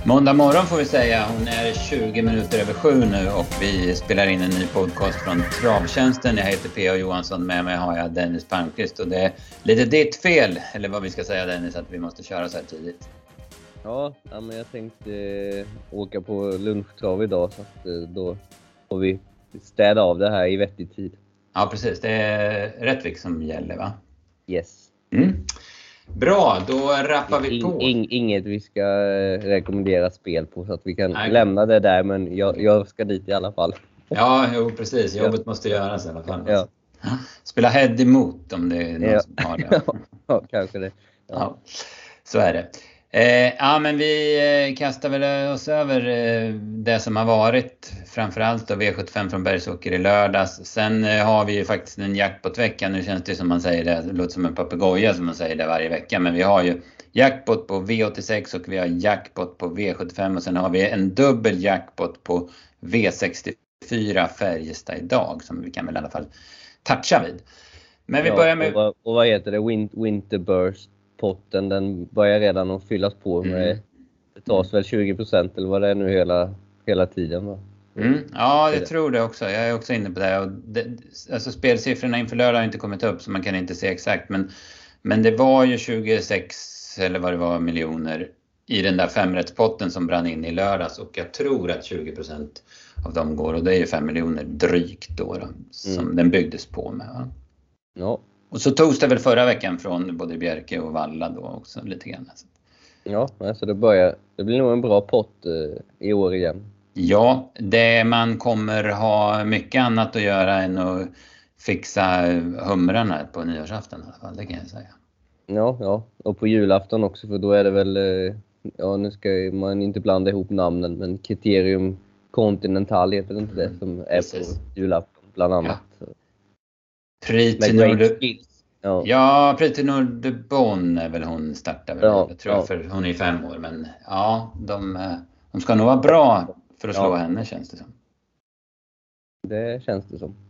Måndag morgon får vi säga. Hon är 20 minuter över 7 nu och vi spelar in en ny podcast från Travtjänsten. Jag heter P.A. Johansson, med mig har jag Dennis Palmqvist och det är lite ditt fel, eller vad vi ska säga Dennis, att vi måste köra så här tidigt. Ja, men jag tänkte åka på lunchtrav idag så att då får vi städa av det här i vettig tid. Ja precis, det är Rättvik som gäller va? Yes. Bra, då rappar vi på. Inget vi ska rekommendera spel på så att vi kan lämna det där, men jag ska dit i alla fall. Ja, jo, precis. Jobbet måste göras i alla fall. Ja. Spela head emot om det är någon som har det. Ja, kanske det. Ja, så är det. Men vi kastar väl oss över det som har varit, framförallt då V75 från Bergsåker i lördags. Sen har vi ju faktiskt en jackpot-vecka. Nu känns det som man säger det låter som en papegoja som man säger det varje vecka. Men vi har ju jackpot på V86 och vi har jackpot på V75 och sen har vi en dubbel jackpot på V64 Färjestad idag som vi kan väl i alla fall toucha vid. Men vi börjar med... Och vad heter det? Winterburst. Potten, den börjar redan att fyllas på med, det tas väl 20% eller vad det är nu hela tiden va? Ja, jag tror det också. Jag är också inne på det. Och alltså spelsiffrorna inför lördag har inte kommit upp så man kan inte se exakt. Men det var ju 26 eller vad det var miljoner i den där 5-rättspotten som brann in i lördags. Och jag tror att 20% av dem går. Och det är ju 5 miljoner drygt då som den byggdes på med va? Ja. Och så togs det väl förra veckan från både Bjerke och Valla då också lite grann. Ja, alltså det blir nog en bra pott i år igen. Ja, man kommer ha mycket annat att göra än att fixa humrarna på nyårsafton i alla fall, det kan jag säga. Ja, och på julafton också för då är det väl, nu ska man inte blanda ihop namnen, men Criterium Continental heter det inte det som är precis. På julafton bland annat. Ja. Prix till Nordebon är väl hon startar väl. Jag tror för hon är 5 år. Men ja, de ska nog vara bra för att slå henne känns det som. Det känns det som.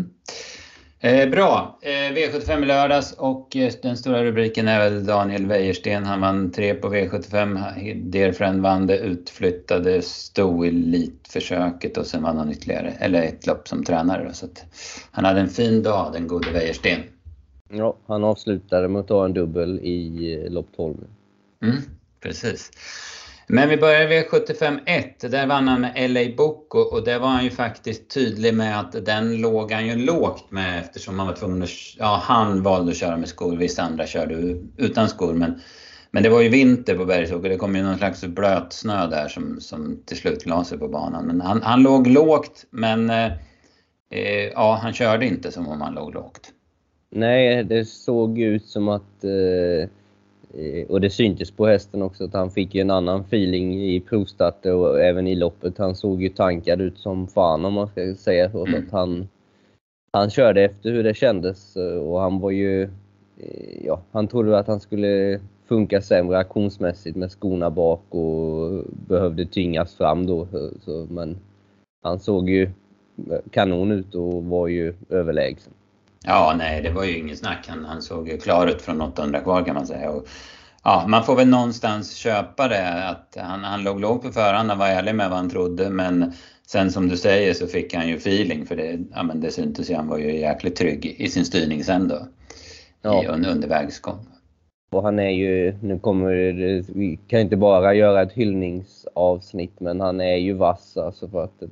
Bra. V75 i lördags och den stora rubriken är väl Daniel Wäjersten. Han vann 3 på V75. Deerfriend vann det utflyttade Stoelitförsöket och sen vann han ytterligare ett lopp som tränare. Så att han hade en fin dag, den gode Wäjersten. Ja, han avslutade med att ta en dubbel i lopp 12. Precis. Men vi börjar vid 75-1. Där vann han med LA Boko och där var han ju faktiskt tydlig med att den låg han ju lågt med eftersom han var tvungen att... Ja, han valde att köra med skor. Vissa andra körde utan skor. Men det var ju vinter på Bergsåker. Det kom ju någon slags blöt snö där som till slut la sig på banan. Men han låg lågt men han körde inte som om han låg lågt. Nej, det såg ut som att... och det syntes på hästen också att han fick en annan feeling i provstarter och även i loppet. Han såg ju tankad ut som fan om man ska säga så. Att han körde efter hur det kändes och han var ju... han trodde att han skulle funka sämre aktionsmässigt med skorna bak och behövde tyngas fram då. Men han såg ju kanon ut och var ju överlägsen. Ja, nej, det var ju ingen snack. Han såg ju klar ut från 800 kvar kan man säga. Och, man får väl någonstans köpa det. Att han låg lågt på förhand, han var ärlig med vad han trodde. Men sen som du säger så fick han ju feeling för det. Ja, men det syntes ju, han var ju jäkligt trygg i sin styrning sen då. Under vägsgång. Och han är ju, vi kan inte bara göra ett hyllningsavsnitt, men han är ju vass alltså för att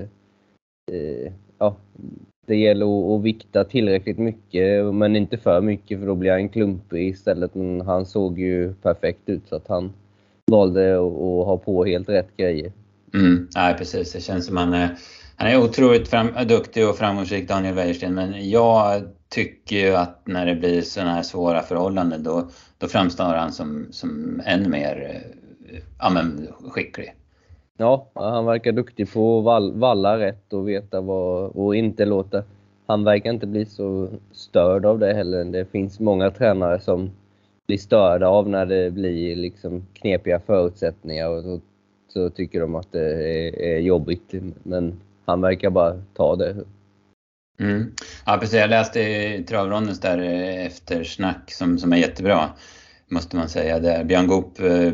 det gäller att vikta tillräckligt mycket men inte för mycket för då blir han klumpig istället. Men han såg ju perfekt ut så att han valde att ha på helt rätt grejer. Ja, precis. Det känns som han är otroligt duktig och framgångsrik Daniel Wäjersten. Men jag tycker ju att när det blir sådana här svåra förhållanden då framstår han som ännu mer skicklig. Ja, han verkar duktig på att valla rätt och veta vad och inte låta. Han verkar inte bli så störd av det heller. Det finns många tränare som blir störda av när det blir liksom knepiga förutsättningar och så tycker de att det är jobbigt. Men han verkar bara ta det. Ja, precis. Jag läste i Travrondens där eftersnack som är jättebra, måste man säga. Där Björn Goop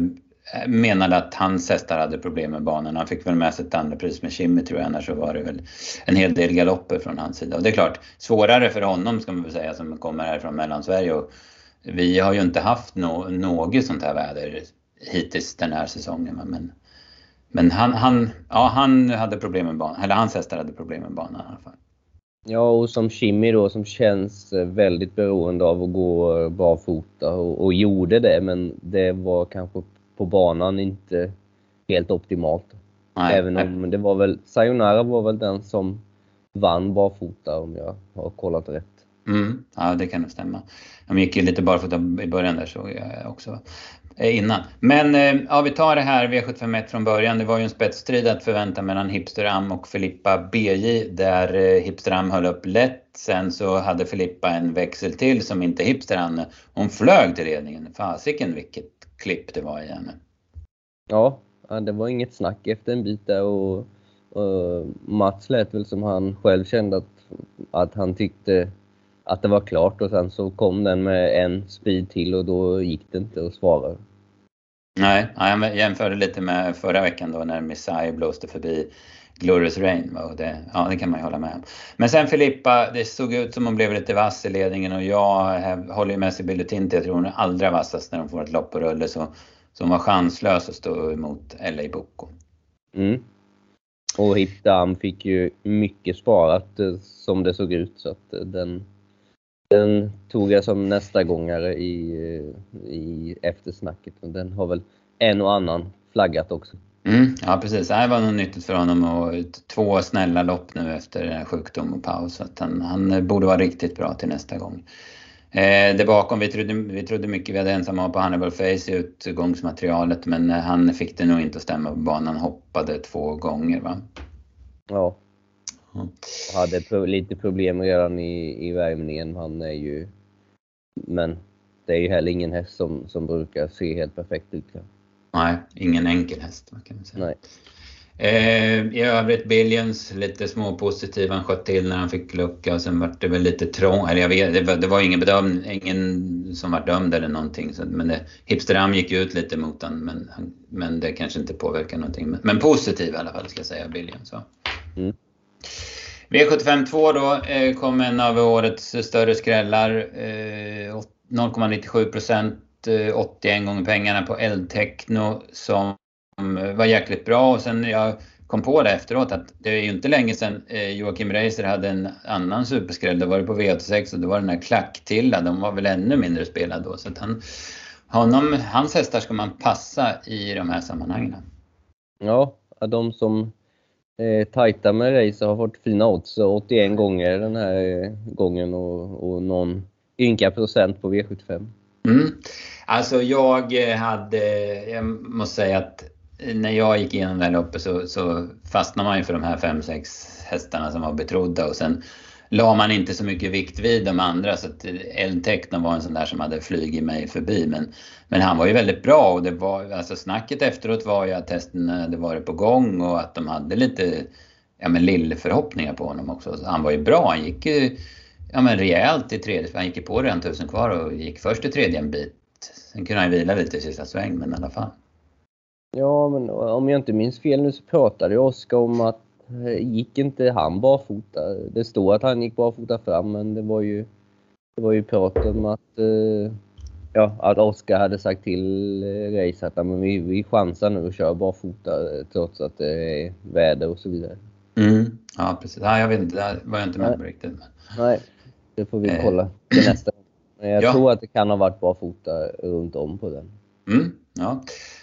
menade att hans hästar hade problem med banan. Han fick väl med sig ett andra pris med Kimmy, tror jag. Annars så var det väl en hel del galopper från hans sida. Och det är klart, svårare för honom, ska man väl säga, som kommer här från Mellansverige. Och vi har ju inte haft något sånt här väder hittills den här säsongen. Men han hade problem med banan. Eller hans hästar hade problem med banan i alla fall. Ja, och som Kimmy då, som känns väldigt beroende av att gå barfota och gjorde det, men det var kanske på banan inte helt optimalt. Nej, även om det var väl, Sayonara var väl den som vann barfota, om jag har kollat rätt. Ja, det kan nog stämma. De gick ju lite barfota i början där, så jag också innan. Men ja, vi tar det här V751 från början. Det var ju en spetsstrid att förvänta mellan Hipster Am och Filippa BJ, där Hipster Am höll upp lätt. Sen så hade Filippa en växel till som inte Hipster Am. Hon flög till ledningen. Fasiken vilket klipp det var i henne. Ja, det var inget snack efter en bit där, och Mats lät väl som han själv kände att han tyckte att det var klart, och sen så kom den med en speed till och då gick det inte att svara. Nej, jag jämförde lite med förra veckan då när Messiah blåste förbi Glorious Rain. Och det kan man ju hålla med om. Men sen Filippa, det såg ut som hon blev lite vass i ledningen, och jag håller ju med sig Billutinti. Jag tror hon är allra vassast när de får ett lopp på rulle, så hon var chanslös att stå emot LA Boko. Och Hipdam fick ju mycket sparat som det såg ut, så att den tog jag som nästa gångare i eftersnacket. Och den har väl en och annan flaggat också. Ja, precis. Det var något nyttigt för honom, och 2 snälla lopp nu efter sjukdom och paus. Så att han borde vara riktigt bra till nästa gång. Det bakom, vi trodde mycket, vi hade ensamma på Hannibal Face i utgångsmaterialet, men han fick det nog inte att stämma på banan. Hoppade 2 gånger, va? Ja. Hade lite problem redan i värmningen. Han är ju, men det är ju heller ingen häst som brukar se helt perfekt ut. Nej, ingen enkel häst, man kan säga. Nej. I övrigt Billions lite småpositiv, han sköt till när han fick lucka, och sen var det väl lite trång, eller jag vet, det var ingen ingen som var dömd eller någonting, så, men Hipster Am gick ut lite mot han, men det kanske inte påverkar någonting, men positiv i alla fall, ska jag säga, Billions. Så. V75-2 då kom en av årets större skrällar, 0,97%, 81 gånger pengarna på Eldtechno, som var jäkligt bra. Och sen jag kom på det efteråt att det är ju inte länge sedan Joakim Reiser hade en annan superskräll. Det var det på V86, och det var den här Klacktilla. De var väl ännu mindre spelade då. Så att hans hästar ska man passa i de här sammanhangen. Ja, de som tajta med Reiser har fått fina odds, 81 gånger den här gången, och någon ynka procent på V75. Alltså jag måste säga att när jag gick igenom det här loppet så fastnade man ju för de här 5-6 hästarna som var betrodda, och sen la man inte så mycket vikt vid de andra, så att Eldtechno var en sån där som hade flygit mig förbi, men han var ju väldigt bra, och det var, alltså snacket efteråt var ju att testen hade varit på gång, och att de hade lite lill förhoppningar på honom också. Så han var ju bra, han gick ju rejält i tredje, han gick ju på redan 1000 kvar och gick först i tredje en bit. Sen kunde han vila lite i sista sväng, men i alla fall. Ja, men om jag inte minns fel nu så pratade ju Oskar om att gick inte han barfota. Det står att han gick barfota fram, men det var ju prat om att Oskar hade sagt till Race att men vi chansar nu och kör barfota trots att det är väder och så vidare. Ja, precis. Ja, jag vet inte, det var jag inte med på riktigt. Men... Nej, det får vi kolla till nästa. Men jag tror att det kan ha varit barfota runt om på den. Ja.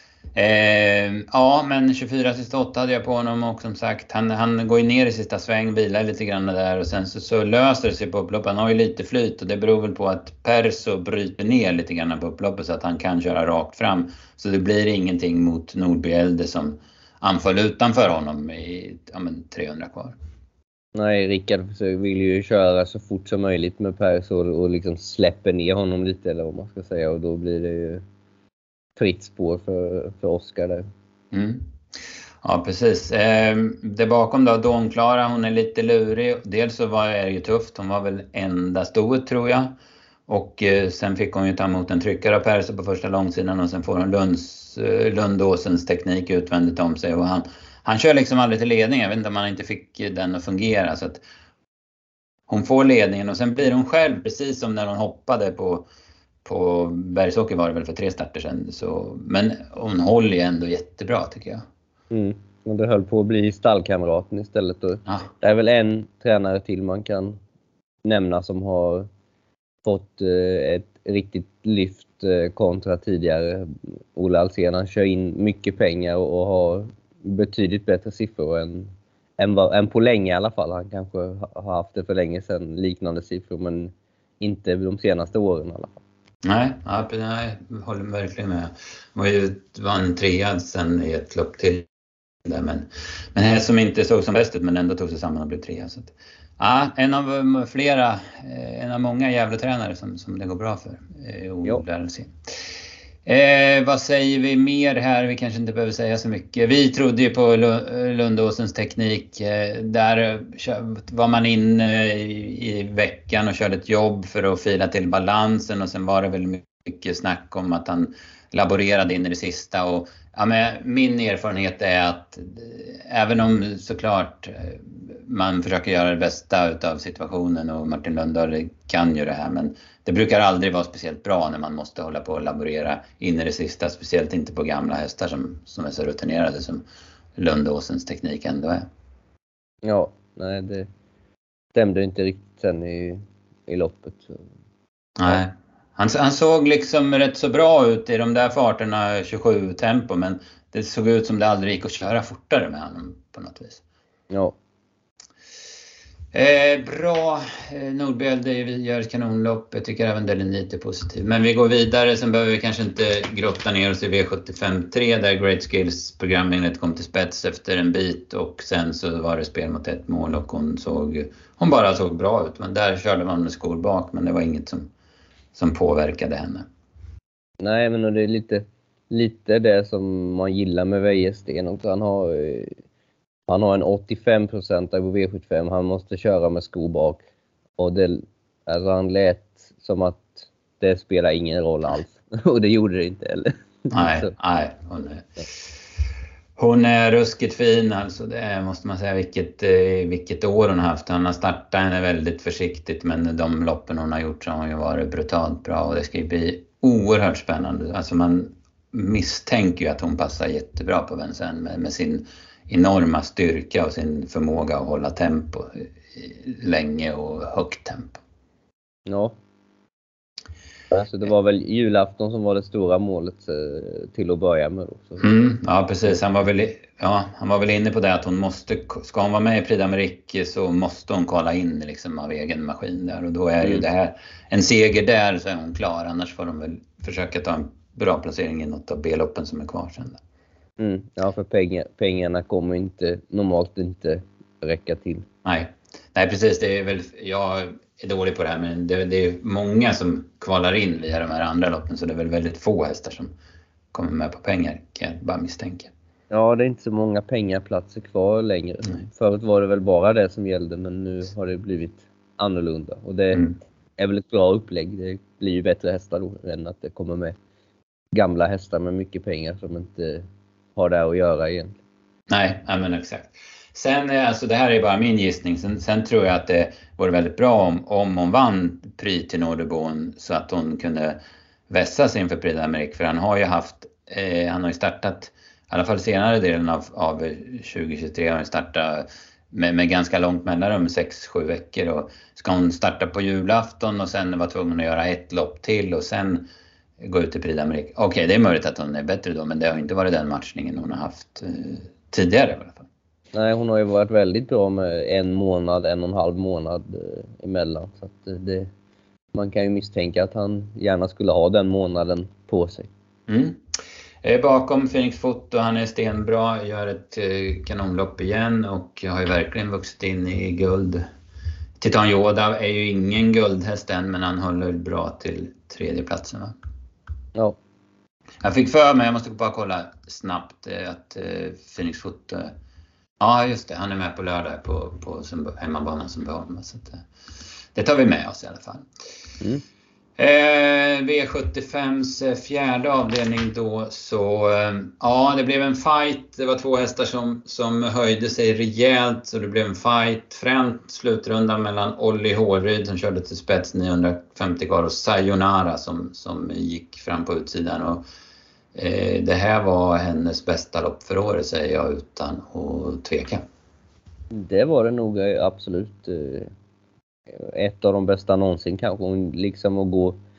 Ja, men 24-8 hade jag på honom, och som sagt han går ju ner i sista sväng, vilar lite grann där, och sen så löser det sig på upploppet. Han har ju lite flyt, och det beror väl på att Perso bryter ner lite grann på upploppet så att han kan köra rakt fram, så det blir ingenting mot Nordby Elde som anföll utanför honom i 300 kvar. Nej, Rickard vill ju köra så fort som möjligt med Perso och liksom släpper ner honom lite, eller vad man ska säga, och då blir det ju fritt spår för Oskar där. Ja, precis. Det bakom då, Dawn Clara, hon är lite lurig. Dels så är det ju tufft, hon var väl enda stoet tror jag. Och sen fick hon ju ta emot en tryckare av Perso på första långsidan och sen får hon Lundåsens teknik utvändigt om sig. Och han kör liksom aldrig till ledning. Jag vet inte om han inte fick den att fungera. Så att hon får ledningen och sen blir hon själv, precis som när hon hoppade på Bergsåker var det väl för 3 starter sedan. Så, men hon håller ju ändå jättebra tycker jag. Och det höll på att bli stallkamraten istället. Och det är väl en tränare till man kan nämna som har fått ett riktigt lyft kontra tidigare. Ola Alsen, han kör in mycket pengar och har betydligt bättre siffror än på länge i alla fall. Han kanske har haft det för länge sedan, liknande siffror, men inte de senaste åren i alla fall. Nej, jag håller verkligen med. Han var en 3 sen i ett lopp till där, men här som inte såg som bäst ut men ändå tog sig samman och blev 3. Så att, en av många jävla tränare som det går bra för. Vad säger vi mer här? Vi kanske inte behöver säga så mycket. Vi trodde ju på Lundåsens teknik. Där var man in i veckan och körde ett jobb för att fila till balansen. Och sen var det väl mycket snack om att han laborerade in i det sista. Och, men min erfarenhet är att även om såklart man försöker göra det bästa av situationen och Martin Lundahl kan ju det här, men det brukar aldrig vara speciellt bra när man måste hålla på och laborera in i det sista, speciellt inte på gamla hästar som är så rutinerade som Lundåsens teknik ändå är. Ja, nej, det stämde inte riktigt sen i loppet. Nej, han såg liksom rätt så bra ut i de där farterna 27 tempo, men det såg ut som det aldrig gick att köra fortare med honom på något vis. Ja. Bra, Nordbjälde gör ett kanonlopp. Jag tycker även Delenit är positiv. Men vi går vidare, sen behöver vi kanske inte grotta ner oss i V75-3 där Great Skills programmet kom till spets efter en bit. Och sen så var det spel mot ett mål och hon bara såg bra ut. Men där körde man med skor bak, men det var inget som påverkade henne. Nej, men det är lite det som man gillar med Wäjersten. Och han har en 85% på V75. Han måste köra med skor bak. Och han lät som att det spelar ingen roll alls. Och det gjorde det inte heller. Nej. Hon är ruskigt fin. Alltså det måste man säga vilket år hon har haft. Han har startat henne väldigt försiktigt. Men de loppen hon har gjort så har hon ju varit brutalt bra. Och det ska ju bli oerhört spännande. Alltså man misstänker ju att hon passar jättebra på Vincennes med sin enorma styrka och sin förmåga att hålla tempo länge och högt tempo. Ja. Så det var väl julafton som var det stora målet till att börja med också. Ja, precis. Han var väl inne på det att ska hon vara med i Prix d'Amérique så måste hon kolla in liksom av egen maskin där. Och då är ju det här en seger där så är hon klar. Annars får de väl försöka ta en bra placering i något av B-loppen som är kvar sen. Ja, för pengarna kommer normalt inte räcka till. Nej, precis. Det är väl, jag är dålig på det här, men det är många som kvalar in via de här andra loppen, så det är väl väldigt få hästar som kommer med på pengar, kan jag bara misstänka. Ja, det är inte så många pengarplatser kvar längre. Förut var det väl bara det som gällde, men nu har det blivit annorlunda. Och det är väl ett bra upplägg. Det blir ju bättre hästar då än att det kommer med gamla hästar med mycket pengar som inte har det att göra egentligen. Nej, men exakt. Sen, alltså det här är bara min gissning. Sen tror jag att det vore väldigt bra om hon vann Prix till Nordebon så att hon kunde vässa sig inför Prix d'Amérique. För han har ju startat, i alla fall senare delen av 2023 har han startat med ganska långt mellanrum, 6-7 veckor. Och ska hon starta på julafton och sen var tvungen att göra ett lopp till och sen gå ut till Prix d'Amérique. Okej, det är möjligt att hon är bättre då, men det har inte varit den matchningen hon har haft tidigare i alla fall. Nej, hon har ju varit väldigt bra med 1,5 månad emellan. Så att man kan ju misstänka att han gärna skulle ha den månaden på sig. Bakom Phoenix Foto, han är stenbra, gör ett kanonlopp igen och har ju verkligen vuxit in i guld. Titan Yoda är ju ingen guldhäst än, men han håller bra till 3:e platsen, va? Ja. Jag fick för mig, jag måste bara kolla snabbt, att Phoenix Foto... Ja, just det. Han är med på lördag på hemmabanan som Sundbyholm. Så det tar vi med oss i alla fall. V75s fjärde avdelning då, så ja, det blev en fight. Det var två hästar som höjde sig rejält, så det blev en fight. Främt slutrundan mellan Olli Hårryd som körde till spets 950 kvar och Sayonara som gick fram på utsidan. Och det här var hennes bästa lopp för året, säger jag utan att tveka. Det var det nog absolut. Ett av de bästa någonsin kanske, liksom att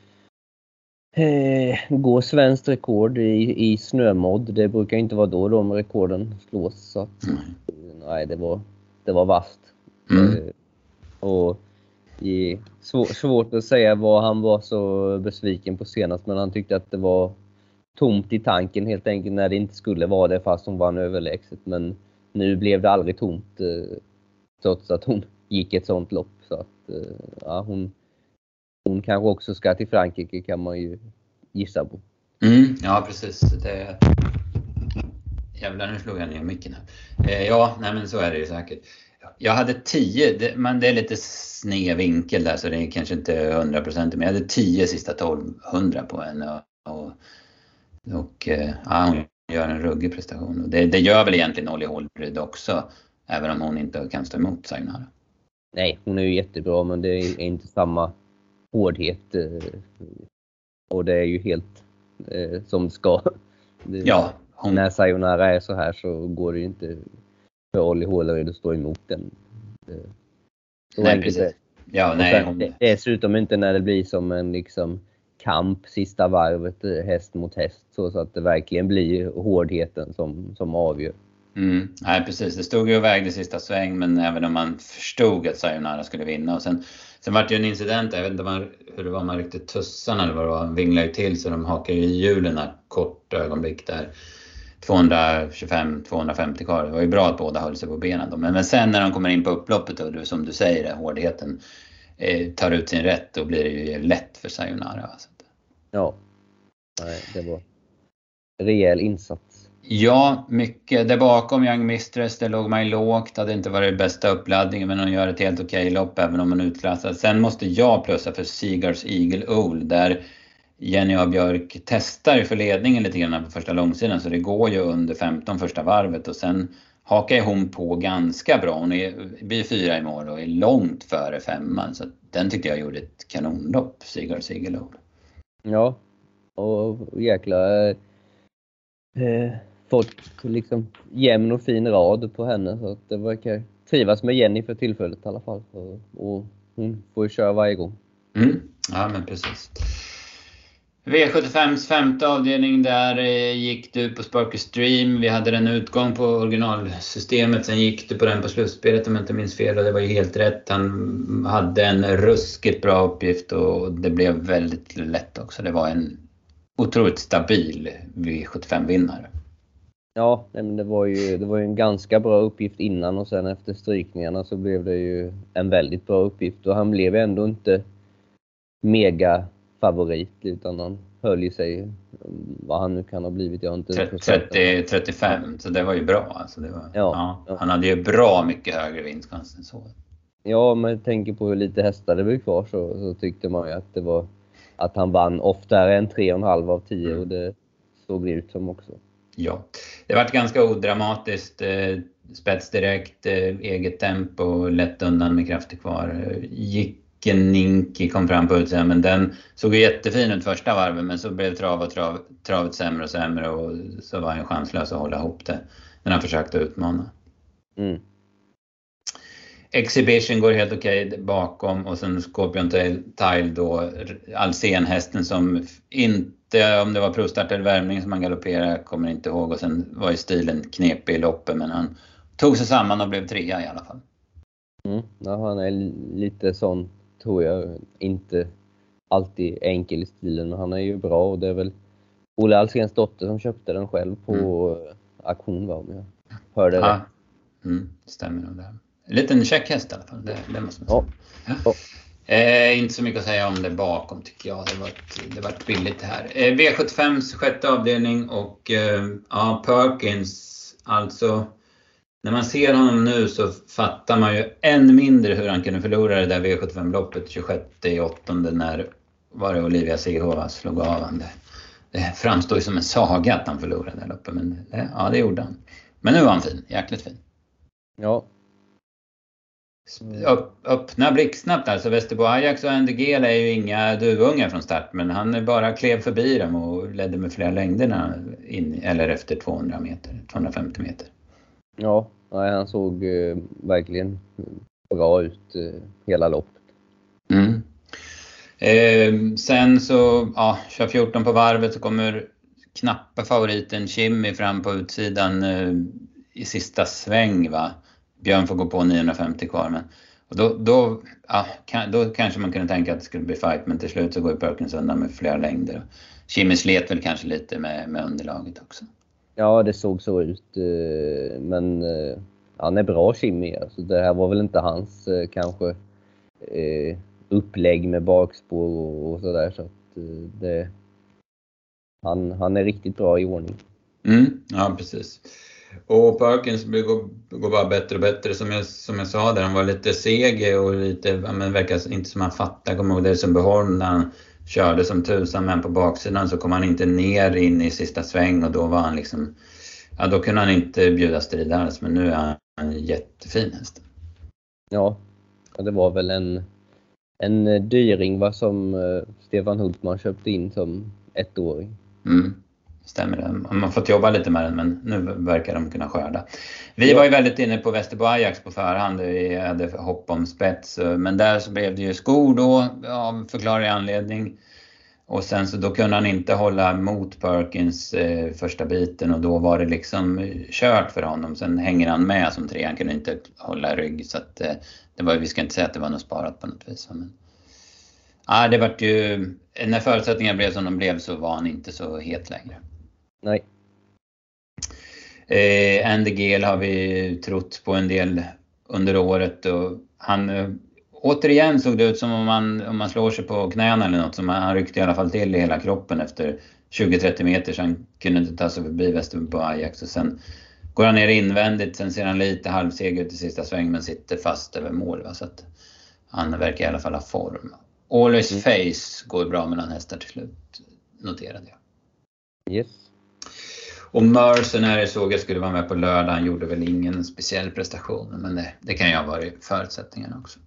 gå svenskt rekord i snömodd. Det brukar inte vara då de rekorden slås, så att, nej, det var vast. Och svårt att säga vad han var så besviken på senast, men han tyckte att det var tomt i tanken helt enkelt när det inte skulle vara det, fast hon vann överlägset. Men nu blev det aldrig tomt trots att hon gick ett sånt lopp, så att ja, hon kanske också ska till Frankrike, kan man ju gissa på. Ja, precis. Jävlar, nu slog jag ner micken här. Ja, nej, men så är det ju säkert. Jag hade 10, men det är lite sned vinkel där, så det är kanske inte 100%, men jag hade 10 sista 1200 på henne. Och ja, hon gör en ruggig prestation. Och det gör väl egentligen Olli Hårryd också, även om hon inte kan stå emot Sayonara. Nej, hon är ju jättebra, men det är inte samma hårdhet. Och det är ju helt som det ska. Ja, när Sayonara är så här så går det ju inte för Olli Hårryd att stå emot den. Nej, precis. Ja, nej, dessutom inte när det blir som en liksom kamp sista varvet, häst mot häst, så att det verkligen blir hårdheten som avgör. Nej, precis. Det stod ju och vägde sista sväng, men även om man förstod att Sayonara skulle vinna. Och sen var det ju en incident, jag vet inte hur det var, man riktigt tussarna eller vad det var, vinglade ju till så de hakade i hjulen kort ögonblick där. 225-250 kvar. Det var ju bra att båda höll sig på benen. Men sen när de kommer in på upploppet och som du säger, hårdheten tar ut sin rätt, då blir det ju lätt för Sayonara. Alltså. Ja, nej, det var rejäl insats. Ja, mycket. Där bakom Young Mistress, det låg man lågt. Hade inte varit bästa uppladdningen, men de gör ett helt okej lopp även om man utklassar. Sen måste jag plussa för Seagars Eagle Owl, där Jenny A. Björk testar för ledningen lite grann på första långsidan. Så det går ju under 15 första varvet, och sen hakar hon på ganska bra. Hon blir 4 i mål och är långt före 5. Så den tyckte jag gjorde ett kanonlopp, Seagars Eagle Owl. Ja, och jäkla fått liksom jämn och fin rad på henne, så att det verkar trivas med Jenny för tillfället i alla fall, och hon får ju köra varje gång. Ja, men precis. V75s femte avdelning, där gick du på Sparky Stream. Vi hade en utgång på originalsystemet, sen gick du på den på slutspelet om jag inte minns fel, och det var ju helt rätt. Han hade en ruskigt bra uppgift och det blev väldigt lätt också. Det var en otroligt stabil V75-vinnare. Ja, men det var ju en ganska bra uppgift innan, och sen efter strykningarna så blev det ju en väldigt bra uppgift, och han blev ändå inte mega favorit, utan han höll i sig vad han nu kan ha blivit. Jag har inte 30-35, så det var ju bra. Alltså det var, ja. Han hade ju bra mycket högre vinstchans än så. Ja, men jag tänker på hur lite hästar det blev kvar, så tyckte man ju att det var att han vann oftare än 3,5 av 10, och det såg det ut som också. Ja, det var ganska odramatiskt, spets direkt, eget tempo, lätt undan med krafter kvar. Ninki kom fram på utsidan, men den såg ju jättefin ut första varven, men så blev travet sämre och sämre, och så var han chanslös att hålla ihop det när han försökte utmana. Exhibition går helt okej bakom, och sen Scorpion Tile då, Alsen-hästen som inte, om det var provstart eller värmning som han galopperade, kommer inte ihåg, och sen var ju stilen knepig i loppet, men han tog sig samman och blev 3 i alla fall. Ja, han är lite sån, tror jag, inte alltid enkel i stilen, men han är ju bra, och det är väl Olle Alsens dotter som köpte den själv på auktion, om jag hörde det. Stämmer nog det. En liten checkhäst i alla fall, det måste man säga. Inte så mycket att säga om det bakom, tycker jag. Det var billigt det här. V75s sjätte avdelning, och Perkins, alltså när man ser honom nu så fattar man ju än mindre hur han kunde förlora det där V75-loppet 26/8, när var det Olivia Seehova slog av han. Det framstår ju som en saga att han förlorade där uppe, men ja, det gjorde han. Men nu var han fin, jäkligt fin. Ja. Öppna blixtsnabbt alltså. Västerbo Ajax och Andy Geel är ju inga duvungar från start, men han bara klev förbi dem och ledde med flera längderna in, eller efter 250 meter. Ja, han såg verkligen bra ut hela loppet. Sen så kör 14 på varvet, så kommer knappa favoriten Kimi fram på utsidan i sista sväng, va. Björn får gå på 950 kvar, men och då kanske man kunde tänka att det skulle bli fight, men till slut så går ju Perkins undan med flera längder. Kimi slet väl kanske lite med underlaget också. Ja, det såg så ut, men han är bra, Kimi. Alltså, det här var väl inte hans kanske upplägg med bakspår och sådär, så att han är riktigt bra i ordning. Ja, precis. Och Perkins går bara bättre och bättre, som jag sa där. Han var lite seg och lite, men verkar inte som han fattar. Kommer ihåg det som Beholm när han körde som tusan, men på baksidan så kom han inte ner in i sista sväng, och då var han liksom, då kunde han inte bjuda strid alls, men nu är han jättefin hästen. Ja, det var väl en dyring som Stefan Hultman köpte in som 1-åring. Stämmer det. Man har fått jobba lite med den, men nu verkar de kunna skörda. Vi var ju väldigt inne på Västerbo Ajax på förhand. Vi hade hopp om spets, men där så blev det ju skor då, av förklarlig anledning. Och sen så då kunde han inte hålla mot Perkins första biten, och då var det liksom kört för honom. Sen hänger han med som 3, han kunde inte hålla rygg, så att vi ska inte säga att det var något sparat på något vis. Men det var ju, när förutsättningarna blev som de blev, så var han inte så het längre. Nej. Andy Geel har vi trott på en del under året, och han återigen såg det ut som om man slår sig på knäna eller något, som han ryckte i alla fall till i hela kroppen efter 20-30 meter, så han kunde inte ta sig förbi Västerbo Ajax, och sen går han ner invändigt. Sen ser han lite halvseg ut i sista sväng, men sitter fast över mål, va? Så att han verkar i alla fall ha form. Always Face går bra mellan hästar till slut, noterade jag. Yes. Och Mercenary såg jag skulle vara med på lördag. Han gjorde väl ingen speciell prestation, men det kan ju ha varit förutsättningarna också.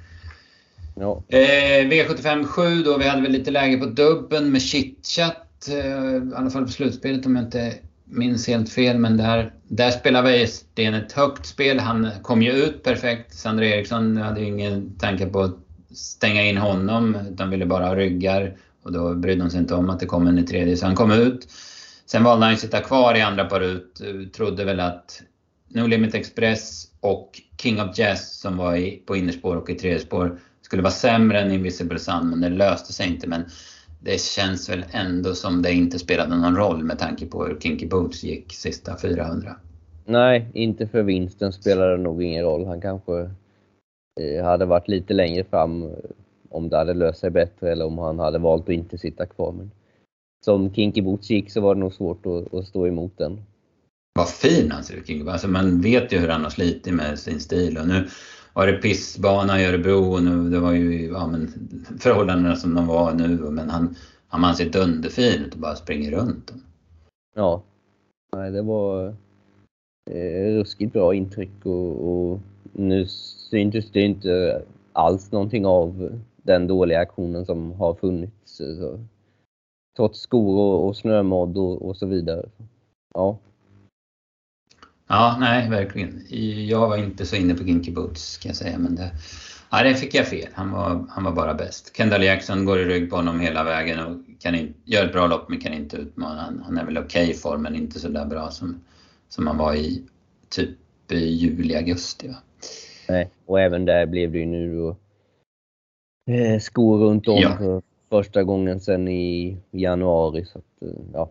Ja. V75 7 då, vi hade väl lite läge på dubben med Chitchat, i alla fall på slutspelet om jag inte minns helt fel, men där spelar Wäjersten ett högt spel. Han kom ju ut perfekt. Sandra Eriksson hade ju ingen tanke på att stänga in honom, utan ville bara ha ryggar, och då brydde de sig inte om att det kom en i tredje, så han kom ut. Sen valde han att sitta kvar i andra par ut. Trodde väl att No Limit Express och King of Jazz, som var på innerspår och i tredje spår, skulle vara sämre än Invisible Sun, men det löste sig inte. Men det känns väl ändå som det inte spelade någon roll med tanke på hur Kinky Boots gick sista 400. Nej, inte för vinsten spelade nog ingen roll. Han kanske hade varit lite längre fram om det hade löst sig bättre, eller om han hade valt att inte sitta kvar. Men som Kinky Boots gick så var det nog svårt att stå emot den. Vad fin han ser ut, Kinky. Alltså man vet ju hur han har slitit med sin stil, och nu var det pissbana i Örebro, och nu det var ju förhållandena som de var nu, men han ser dunderfin ut och bara springer runt. Ja, nej, det var ruskigt bra intryck, och nu syntes det inte alls någonting av den dåliga aktionen som har funnits, så, trots skor och snömodd och så vidare. Ja. Ja, nej, verkligen. Jag var inte så inne på Kinky Boots, kan jag säga, men det fick jag fel. Han var bara bäst. Kendall Jackson går i rygg på honom hela vägen och gör ett bra lopp, men kan inte utmana. Han är väl okej form, men inte så där bra som han var i typ juli-augusti, va? Nej, och även där blev det ju nu då skor runt om för första gången sedan i januari, så att,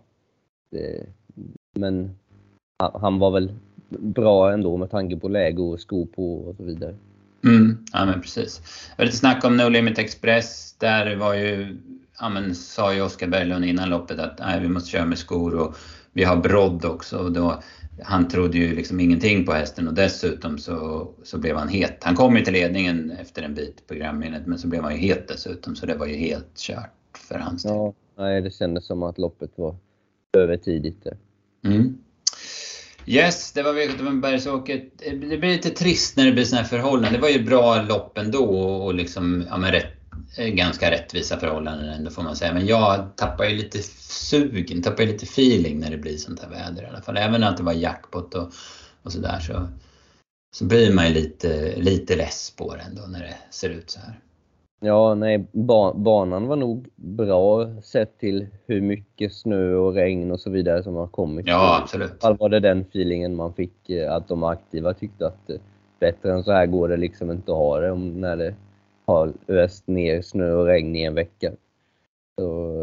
men han var väl bra ändå med tanke på läge och skor på och så vidare. Ja, men precis. Jag vill lite snacka om No Limit Express. Där var ju, sa ju Oskar Berglund innan loppet att vi måste köra med skor, och vi har brodd också. Och då, han trodde ju liksom ingenting på hästen, och dessutom så blev han het. Han kom ju till ledningen efter en bit på programminnet, men så blev han ju het dessutom, så det var ju helt kört. för hans del. Ja, nej, det kändes som att loppet var övertidigt där. Yes, det var V75 Bergsåker. Det blir lite trist när det blir såna här förhållanden. Det var ju bra lopp ändå och liksom, ja, men ganska rättvisa förhållanden ändå får man säga. Men jag tappar ju lite sugen, tappar ju lite feeling när det blir sånt här väder i alla fall. Även att det var jackpot och sådär så blir man ju lite less på det ändå när det ser ut så här. Ja, nej, banan var nog bra sett till hur mycket snö och regn och så vidare som har kommit. Ja, absolut. I alla fall var det den feelingen man fick, att de aktiva tyckte att bättre än så här går det liksom inte att ha det när det har öst ner snö och regn i en vecka. Så,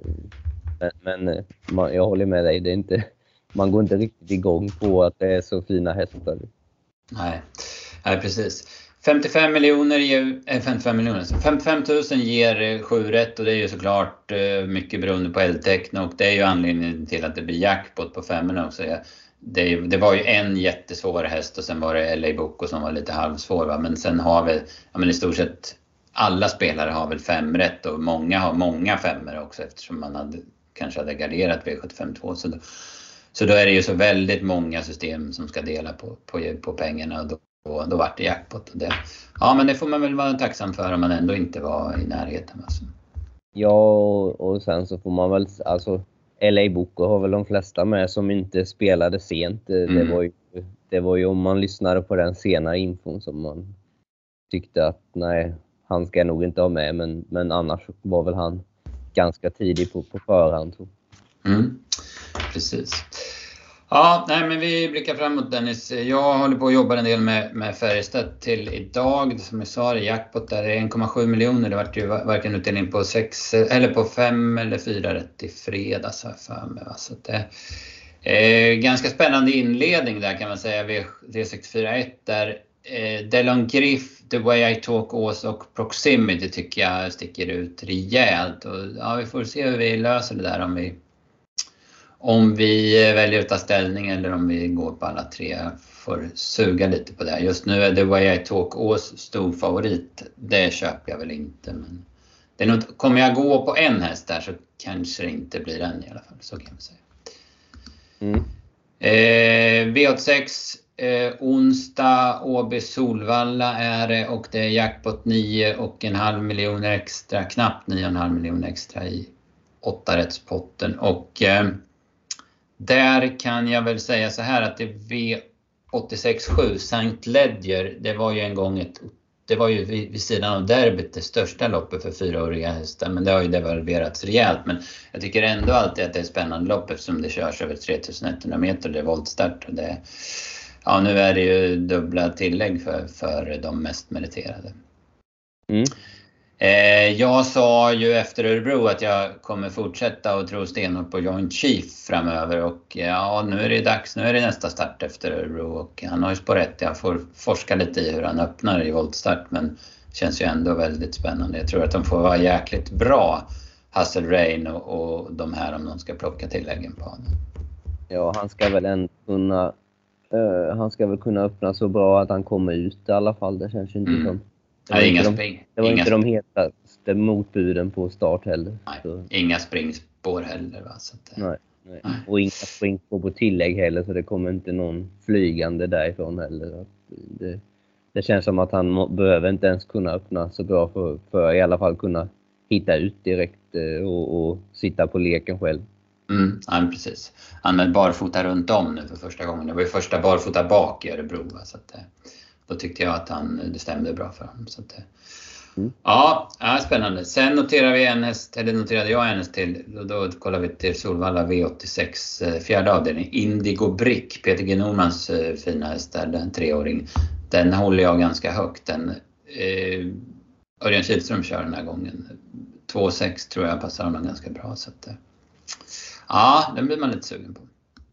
men jag håller med dig, det är inte, man går inte riktigt igång på att det är så fina hästar. Nej, precis. 55 miljoner ger 55 miljoner. 55 000 ger 7 rätt och det är ju såklart mycket beroende på L-Techno och det är ju anledningen till att det blir jackpot på 5 också. Det var ju en jättesvår häst och sen var det LA Boko som var lite halvsvår, va? Men sen har vi, ja, men i stort sett alla spelare har väl 5 rätt och många har många 5 också eftersom man kanske hade garderat V75-2 så då är det ju så väldigt många system som ska dela på pengarna och då vart det jackpot. Ja, men det får man väl vara tacksam för om man ändå inte var i närheten. Alltså. Ja, och sen så får man väl, alltså LA Boko har väl de flesta med som inte spelade sent. Det var ju om man lyssnade på den sena infon som man tyckte att nej, han ska nog inte ha med, men annars var väl han ganska tidig på förhand. Precis. Ja, nej, men vi blickar framåt, Dennis. Jag håller på att jobba en del med Färjestad till idag. Som jag sa, det är jackpot där. Det är 1,7 miljoner. Det vart ju varken utdelning på 6 eller på 5 eller 4 rätt i fredags för mig. Så det är ganska spännande inledning där kan man säga. V641 där Delon Griff, The Way I Talk, Ås och Proximity tycker jag sticker ut rejält. Och ja, vi får se hur vi löser det där om vi väljer att ta ställning eller om vi går på alla tre. Får suga lite på det. Just nu är The Way I Talk Ås stor favorit. Det köper jag väl inte. Men det är något, kommer jag gå på en häst där så kanske det inte blir den i alla fall. Så kan man säga. V86 onsdag Åby Solvalla är det och det är jackpot 9,5 miljoner extra. Knappt 9,5 miljoner extra i 8-rättspotten och där kan jag väl säga så här att det V86.7 St. Ledger, det var ju en gång det var ju vid sidan av derbyt det största loppet för 4-åriga hästar, men det har ju devalverats rejält. Men jag tycker ändå alltid att det är ett spännande lopp eftersom det körs över 3100 meter, det är voltstart och det, ja, nu är det ju dubbla tillägg för de mest meriterade. Jag sa ju efter Örebro att jag kommer fortsätta och tro stenhårt på Joint Chief framöver och ja, nu är det dags, nu är det nästa start efter Örebro och han har ju spår rätt. Jag får forska lite i hur han öppnar i voltstart, men det känns ju ändå väldigt spännande. Jag tror att de får vara jäkligt bra, Hustle Rain och de här, om de ska plocka tilläggen på honom. Ja, han ska väl kunna öppna så bra att han kommer ut i alla fall. Det känns ju inte som. Det var inte de hetaste motbuden på start heller. Nej, inga springspår heller. Va? Så att, nej. Och inga springspår på tillägg heller, så det kommer inte någon flygande därifrån heller. Det känns som att han behöver inte ens kunna öppna så bra för i alla fall kunna hitta ut direkt och sitta på leken själv. Ja, precis. Han är barfota runt om nu för första gången. Det var ju första barfota bak i Örebro. Va? Så att, då tyckte jag att det stämde bra för honom. Så att, ja, spännande. Sen noterade jag en häst till. Då kollar vi till Solvalla V86 fjärde avdelning. Indigo Brick, Peter G. Normans fina häst där, den 3-åring. Den håller jag ganska högt. Örjan Kihlström kör den här gången. 2,6 tror jag passar honom ganska bra. Så att, ja, den blir man lite sugen på.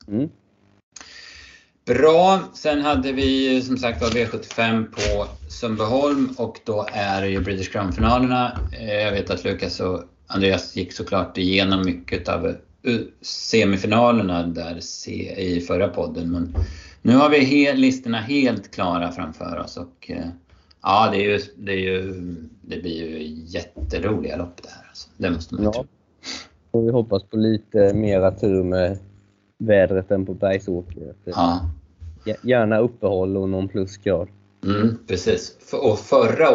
Bra, sen hade vi som sagt V75 på Sundbyholm och då är det ju British Crown-finalerna. Jag vet att Lukas och Andreas gick såklart igenom mycket av semifinalerna där i förra podden. Men nu har vi listorna helt klara framför oss och Ja, det blir ju jätteroliga lopp det här. Alltså. Det måste man tro. Och vi hoppas på lite mera tur med vädret än på Bergsåker. Ja. Gärna uppehåll och någon plusgrad. Precis. Och förra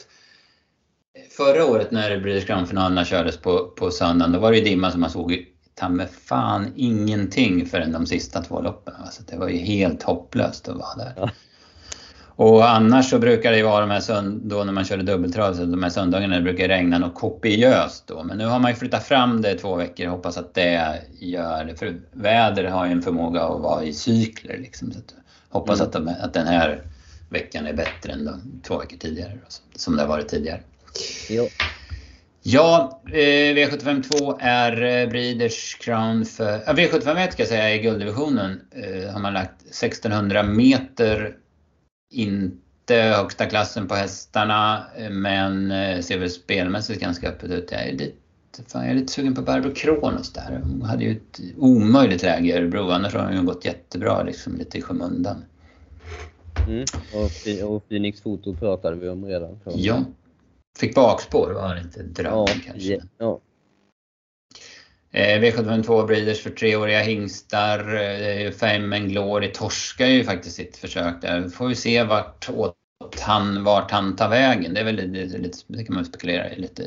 året när Breeders' Crown-finalerna kördes på söndagen, då var det ju dimma som man såg ta med fan ingenting förrän de sista 2 loppen. Alltså det var ju helt hopplöst att vara där. Ja. Och annars så brukar det ju vara de här då när man körde dubbeltrav, så de här söndagarna det brukar regna något kopiöst då. Men nu har man ju flyttat fram det 2 veckor och hoppas att det gör det. För väder har ju en förmåga att vara i cykler liksom. Så att hoppas att den här veckan är bättre än de 2 veckor tidigare. Som det har varit tidigare. Jo. Ja, V75 är Breeders' Crown för... V75 ska jag säga i gulddivisionen har man lagt 1600 meter. Inte högsta klassen på hästarna, men ser väl spelmässigt ganska öppet ut. Jag är lite sugen på Barbro Kronos där. Hon hade ju ett omöjligt läge i Örebro, annars har hon ju gått jättebra liksom lite i skymundan. Och Phoenix Foto pratade vi om redan. Ja, fick bakspår, var det inte drömmen kanske. Ja. V72 Breeders för 3-åriga hingstar. Fame and Glory torskar ju faktiskt sitt försök där. Får vi se vart han tar vägen. Det är väl lite, det kan man spekulera i lite.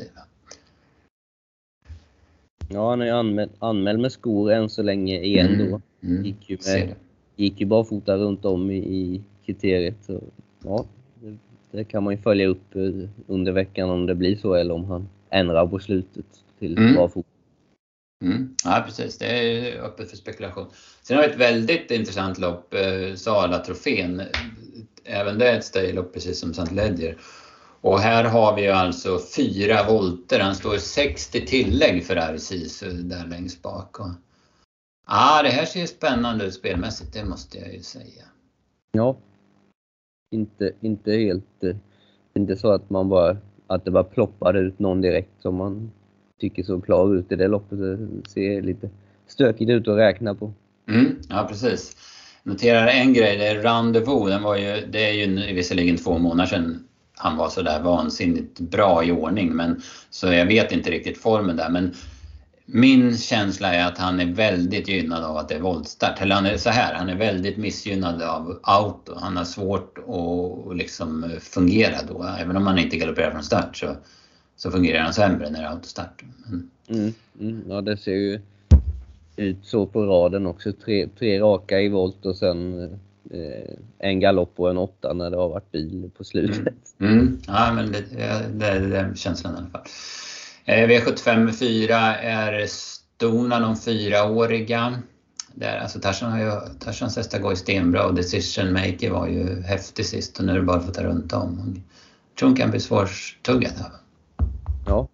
Ja, han är anmäld med skor än så länge igen då. Gick ju bara fota runt om i kriteriet. Så, ja, det kan man ju följa upp under veckan om det blir så eller om han ändrar på slutet till bara fota. Ja, precis. Det är öppet för spekulation. Sen har vi ett väldigt intressant lopp, Sala-trofén. Även det är ett stöjlopp precis som St. Ledger. Och här har vi ju alltså 4 volter. Han står 60 tillägg för RC där längst bak. Och... det här ser ju spännande ut spelmässigt, det måste jag ju säga. Ja, inte helt... Inte så att det bara ploppar ut någon direkt som man tycker så klar ut i det loppet. Det ser lite stökigt ut att räkna på. Ja, precis. Noterar en grej, det är Rendezvous. Det är ju visserligen 2 månader sedan han var så där vansinnigt bra i ordning. Men, så jag vet inte riktigt formen där. Men min känsla är att han är väldigt gynnad av att det är voltstart. Eller han är väldigt missgynnad av auto. Han har svårt att liksom fungera då. Även om han inte galopperar från start så fungerar han sämre när det är autostart. Ja, det ser ju ut så på raden också. 3 raka i volt och sen en galopp och en 8 när det har varit bil på slutet. Ja, men det är känslan i alla fall. V75 4 är Stona, de 4-åriga. Där, alltså Tarzans hästar går i stenbra och Decision Maker var ju häftig sist och nu är det bara att få ta runt om. Jag tror hon kan bli svårtuggad här. Ja.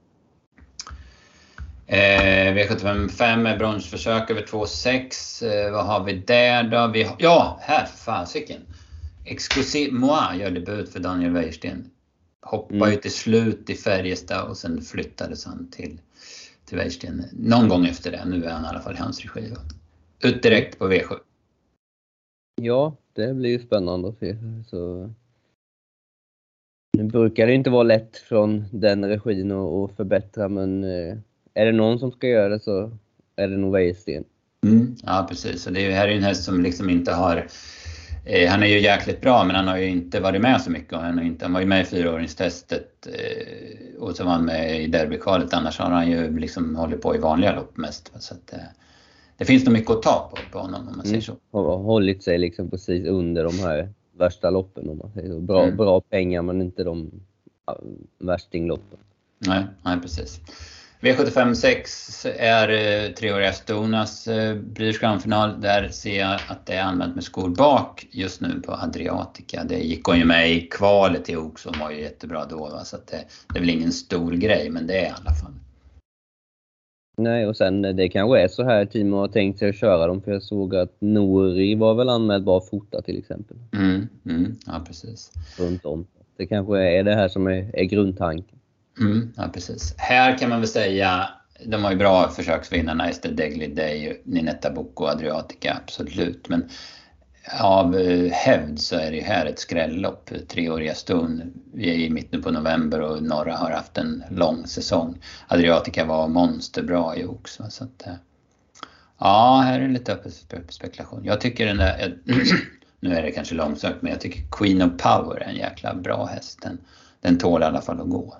V75 5 är bronsförsök över 2,6. Vad har vi där då? Här fasiken. Exclusive Moi gör debut för Daniel Wäjersten. Hoppar ju till slut i Färjestad och sen flyttades han till Wäjersten någon gång efter det. Nu är han i alla fall i hans regi. Ut direkt på V7. Ja, det blir ju spännande att se. Så... Nu brukar det inte vara lätt från den regin att förbättra, men är det någon som ska göra det så är det nog Wäjersten. Ja, precis. Och det här är ju en häst som liksom inte har... Han är ju jäkligt bra, men han har ju inte varit med så mycket. Han var ju med i 4-åringstestet och så var han med i derbykvalet. Annars har han ju liksom hållit på i vanliga lopp mest. Så att, det finns nog mycket att ta på honom om man säger så. Och hållit sig liksom precis under de här värsta loppen om man säger så. Bra pengar men inte de värstingloppen. Nej, precis. V75 6 är 3-åriga Stonas Breeders' Crown-final. Där ser jag att det är använt med skor bak just nu på Adriatica. Det gick hon ju med i kvalet i Oaks som var ju jättebra då. Va? Så att det är väl ingen stor grej, men det är i alla fall. Nej, och sen det kanske är så här teamet har tänkt sig att köra dem. För jag såg att Nori var väl anmäld bara fota till exempel. Ja, precis. Runt om. Det kanske är det här som är grundtanken. Ja, precis. Här kan man väl säga, de har ju bra försöksvinnarna, Esther Degley Day, Ninetta Bocco och Adriatica, absolut. Men av hävd så är det här ett skrällopp. 3-åriga Stone. Vi är i mitten på november och Norra har haft en lång säsong. Adriatica var monsterbra i också. Så att, ja, här är lite öppen spekulation. Jag tycker den där, nu är det kanske långsökt, men jag tycker Queen of Power är en jäkla bra häst. Den tål i alla fall att gå.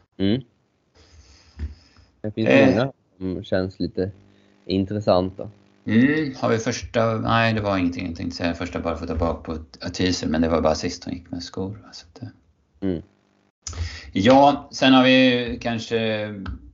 Det finns många som känns lite intressanta. Har vi första, nej det var ingenting, jag tänkte säga första bara för att ta bak på Teaser, men det var bara sist hon gick med skor. Så att, ja, sen har vi kanske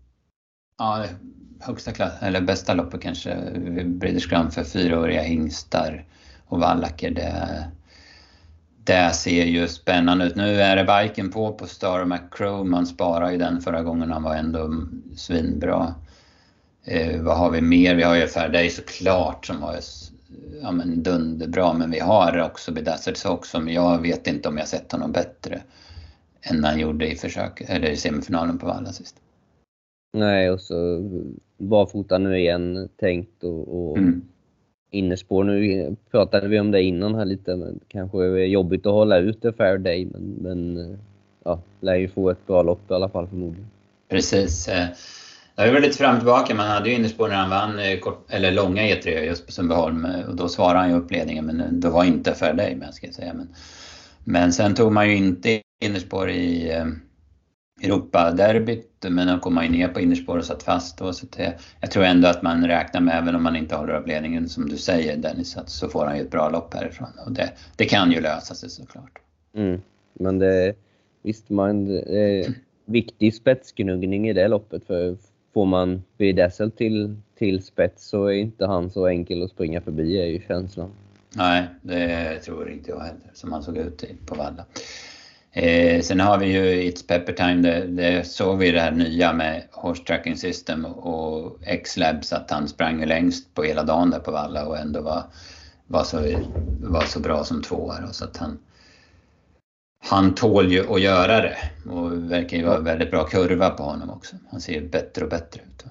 högsta klass, eller bästa loppet kanske, Breeders Crown för 4-åriga hingstar och vallacker. Det ser ju spännande ut. Nu är det biken på Star McCrow. Man sparar ju den förra gången, han var ändå svinbra. Vad har vi mer? Vi har ju Fairday såklart som var dunderbra, men vi har också Bedazzled Sock som jag vet inte om jag sett honom bättre än han gjorde i i semifinalen på Valla sist. Nej, och så barfota nu igen tänkt och innerspår. Nu pratade vi om det innan här lite, men kanske är jobbigt att hålla ut det Fairday, men lär ju få ett bra lopp i alla fall förmodligen. Precis. Det var lite fram och tillbaka. Man hade ju innerspår när han vann eller långa E3 just på Sundbyholm, och då svarade han ju upp ledningen, men då var inte Fairday med, ska jag säga. Men sen tog man ju inte innerspår i Europa-derbyt, men då kom man ju ner på innerspår och satt fast då, så jag tror ändå att man räknar med, även om man inte håller upp ledningen som du säger Dennis, så får han ju ett bra lopp härifrån, och det kan ju lösa sig såklart. Men visst, viktig spetsgnuggning i det loppet, för får man Bedazzled till spets så är inte han så enkel att springa förbi, är ju känslan. Nej, det tror inte jag heller, som han såg ut på Valla. Sen har vi ju It's Pepper Time, det såg vi det här nya med Horse Tracking System och X-Labs, att han sprang längst på hela dagen där på Valla och ändå var så bra som tvåa, så att han tål ju att göra det, och verkar ju vara väldigt bra kurva på honom också. Han ser ju bättre och bättre ut.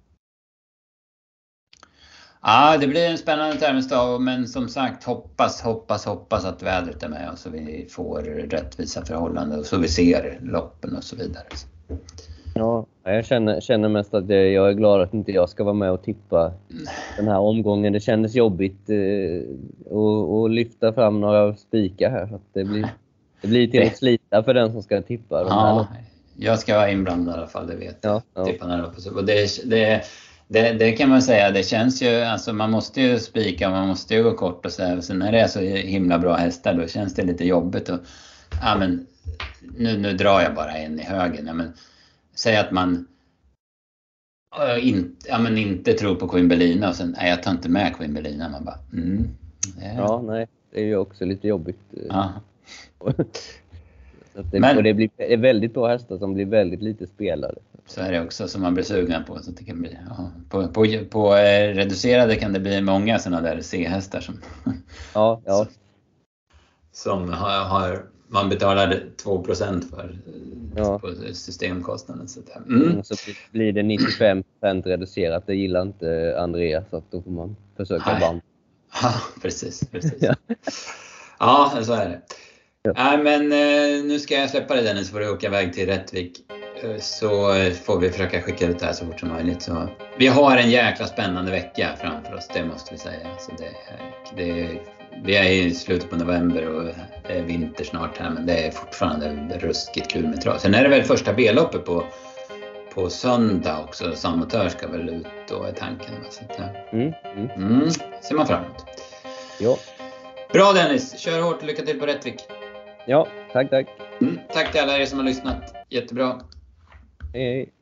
Ja, det blir en spännande tävlingsdag, men som sagt hoppas att vädret är med och så vi får rättvisa förhållanden och så vi ser loppen och så vidare. Ja, jag känner mest att jag är glad att inte jag ska vara med och tippa den här omgången. Det kändes jobbigt att lyfta fram några spikar här, så att det blir till att slita för den som ska tippa. Ja, jag ska vara inblandad i alla fall, det vet jag. Ja. Tippa när och det kan man säga, det känns ju, alltså man måste ju spika, man måste ju gå kort och så här. Sen när det är så himla bra hästar, då känns det lite jobbigt och men nu drar jag bara en i högen. Men säg att man inte tror på Queen Bellina och sen jag tar inte med Queen Bellina, man bara Ja, nej, det är ju också lite jobbigt. Ja. Det blir väldigt bra hästar som blir väldigt lite spelade. Så är det också som man blir sugen på. Så det kan bli, på reducerade kan det bli många sådana där C-hästar som, som har man betalade 2% för på systemkostnaden. Så, så blir det 95% reducerat. Det gillar inte Andreas, så att då får man försöka band. Ja, precis. Ja, så är det. Nej, men nu ska jag släppa dig Dennis, för att åka iväg till Rättvik, så får vi försöka skicka ut det här så fort som möjligt. Så vi har en jäkla spännande vecka framför oss, det måste vi säga. Så vi är i slutet på november och det är vinter snart här, men det är fortfarande ruskigt kul med trav. Sen är det väl första B-loppet på söndag också. Samotör ska väl ut då, i tanken. Så ser man fram emot. Ja. Bra Dennis, kör hårt och lycka till på Rättvik. Ja, tack. Tack till alla er som har lyssnat. Jättebra. Hej.